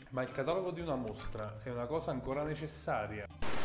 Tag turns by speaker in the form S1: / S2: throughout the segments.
S1: Ma il catalogo di una mostra è una cosa ancora necessaria?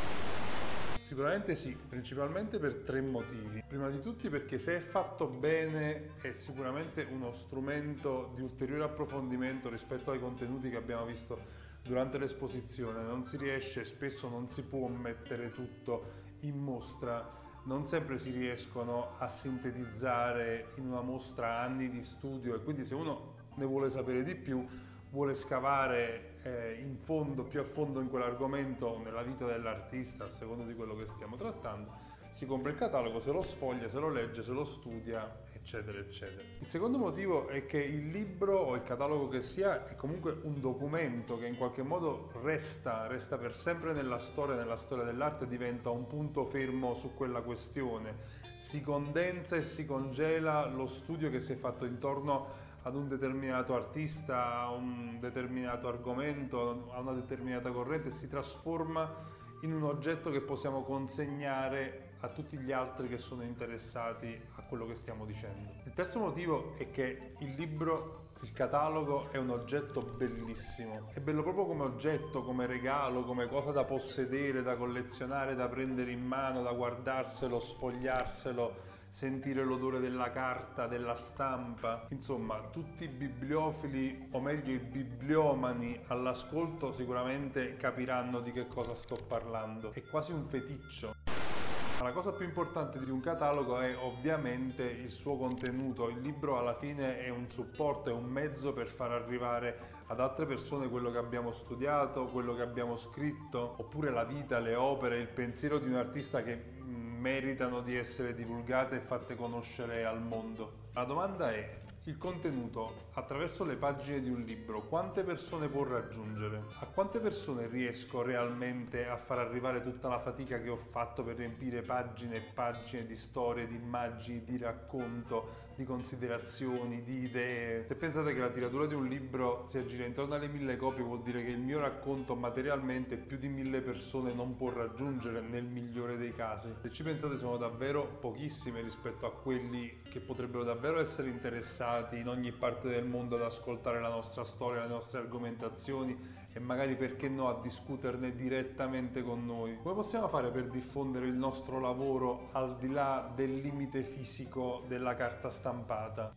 S1: Sicuramente sì, principalmente per tre motivi. Prima di tutti perché se è fatto bene è sicuramente uno strumento di ulteriore approfondimento rispetto ai contenuti che abbiamo visto durante l'esposizione. Non si riesce, spesso non si può mettere tutto in mostra, non sempre si riescono a sintetizzare in una mostra anni di studio e quindi se uno ne vuole sapere di più, vuole scavare in fondo, più a fondo in quell'argomento nella vita dell'artista, a seconda di quello che stiamo trattando, si compra il catalogo, se lo sfoglia, se lo legge, se lo studia, eccetera, eccetera. Il secondo motivo è che il libro o il catalogo che sia è comunque un documento che in qualche modo resta per sempre nella storia dell'arte, diventa un punto fermo su quella questione. Si condensa e si congela lo studio che si è fatto intorno ad un determinato artista, a un determinato argomento, a una determinata corrente, si trasforma in un oggetto che possiamo consegnare a tutti gli altri che sono interessati a quello che stiamo dicendo. Il terzo motivo è che il libro, il catalogo, è un oggetto bellissimo. È bello proprio come oggetto, come regalo, come cosa da possedere, da collezionare, da prendere in mano, da guardarselo, sfogliarselo, sentire l'odore della carta, della stampa. Insomma, tutti i bibliofili, o meglio i bibliomani all'ascolto sicuramente capiranno di che cosa sto parlando. È quasi un feticcio. Ma la cosa più importante di un catalogo è ovviamente il suo contenuto. Il libro alla fine è un supporto, è un mezzo per far arrivare ad altre persone quello che abbiamo studiato, quello che abbiamo scritto, oppure la vita, le opere, il pensiero di un artista che meritano di essere divulgate e fatte conoscere al mondo. La domanda è: il contenuto attraverso le pagine di un libro quante persone può raggiungere? A quante persone riesco realmente a far arrivare tutta la fatica che ho fatto per riempire pagine e pagine di storie, di immagini, di racconto, di considerazioni, di idee? Se pensate che la tiratura di un libro si aggira intorno alle 1000 copie, vuol dire che il mio racconto materialmente più di 1000 persone non può raggiungere nel migliore dei casi. Se ci pensate sono davvero pochissime rispetto a quelli che potrebbero davvero essere interessati in ogni parte del mondo ad ascoltare la nostra storia, le nostre argomentazioni e magari, perché no, a discuterne direttamente con noi. Come possiamo fare per diffondere il nostro lavoro al di là del limite fisico della carta stampata?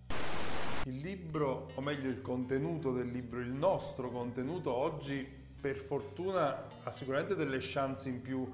S1: Il libro, o meglio il contenuto del libro, il nostro contenuto oggi per fortuna ha sicuramente delle chance in più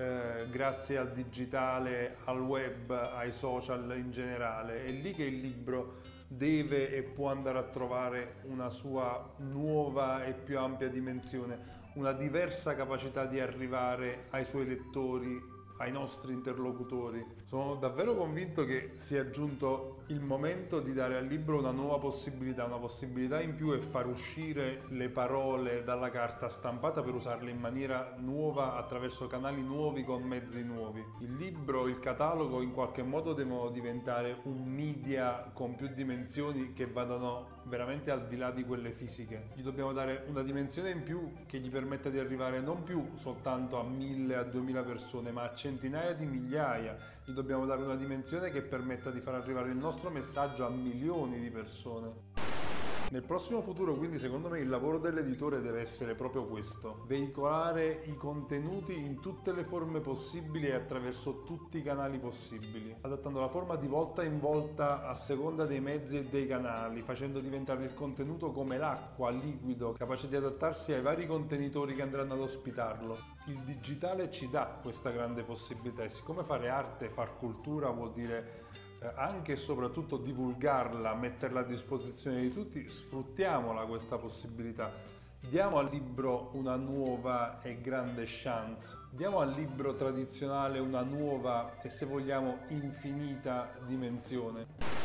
S1: grazie al digitale, al web, ai social in generale. È lì che il libro deve e può andare a trovare una sua nuova e più ampia dimensione, una diversa capacità di arrivare ai suoi lettori, ai nostri interlocutori. Sono davvero convinto che sia giunto il momento di dare al libro una nuova possibilità, una possibilità in più, e far uscire le parole dalla carta stampata per usarle in maniera nuova, attraverso canali nuovi, con mezzi nuovi. Il libro, il catalogo in qualche modo devono diventare un media con più dimensioni che vadano veramente al di là di quelle fisiche. Gli dobbiamo dare una dimensione in più che gli permetta di arrivare non più soltanto a 1000, a 2000 persone, ma a centinaia di migliaia. Gli dobbiamo dare una dimensione che permetta di far arrivare il nostro messaggio a milioni di persone. Nel prossimo futuro, quindi, secondo me il lavoro dell'editore deve essere proprio questo: veicolare i contenuti in tutte le forme possibili e attraverso tutti i canali possibili, adattando la forma di volta in volta a seconda dei mezzi e dei canali, facendo diventare il contenuto come l'acqua, liquido, capace di adattarsi ai vari contenitori che andranno ad ospitarlo. Il digitale ci dà questa grande possibilità e siccome fare arte, far cultura vuol dire anche e soprattutto divulgarla, metterla a disposizione di tutti, sfruttiamola questa possibilità. Diamo al libro una nuova e grande chance, diamo al libro tradizionale una nuova e, se vogliamo, infinita dimensione.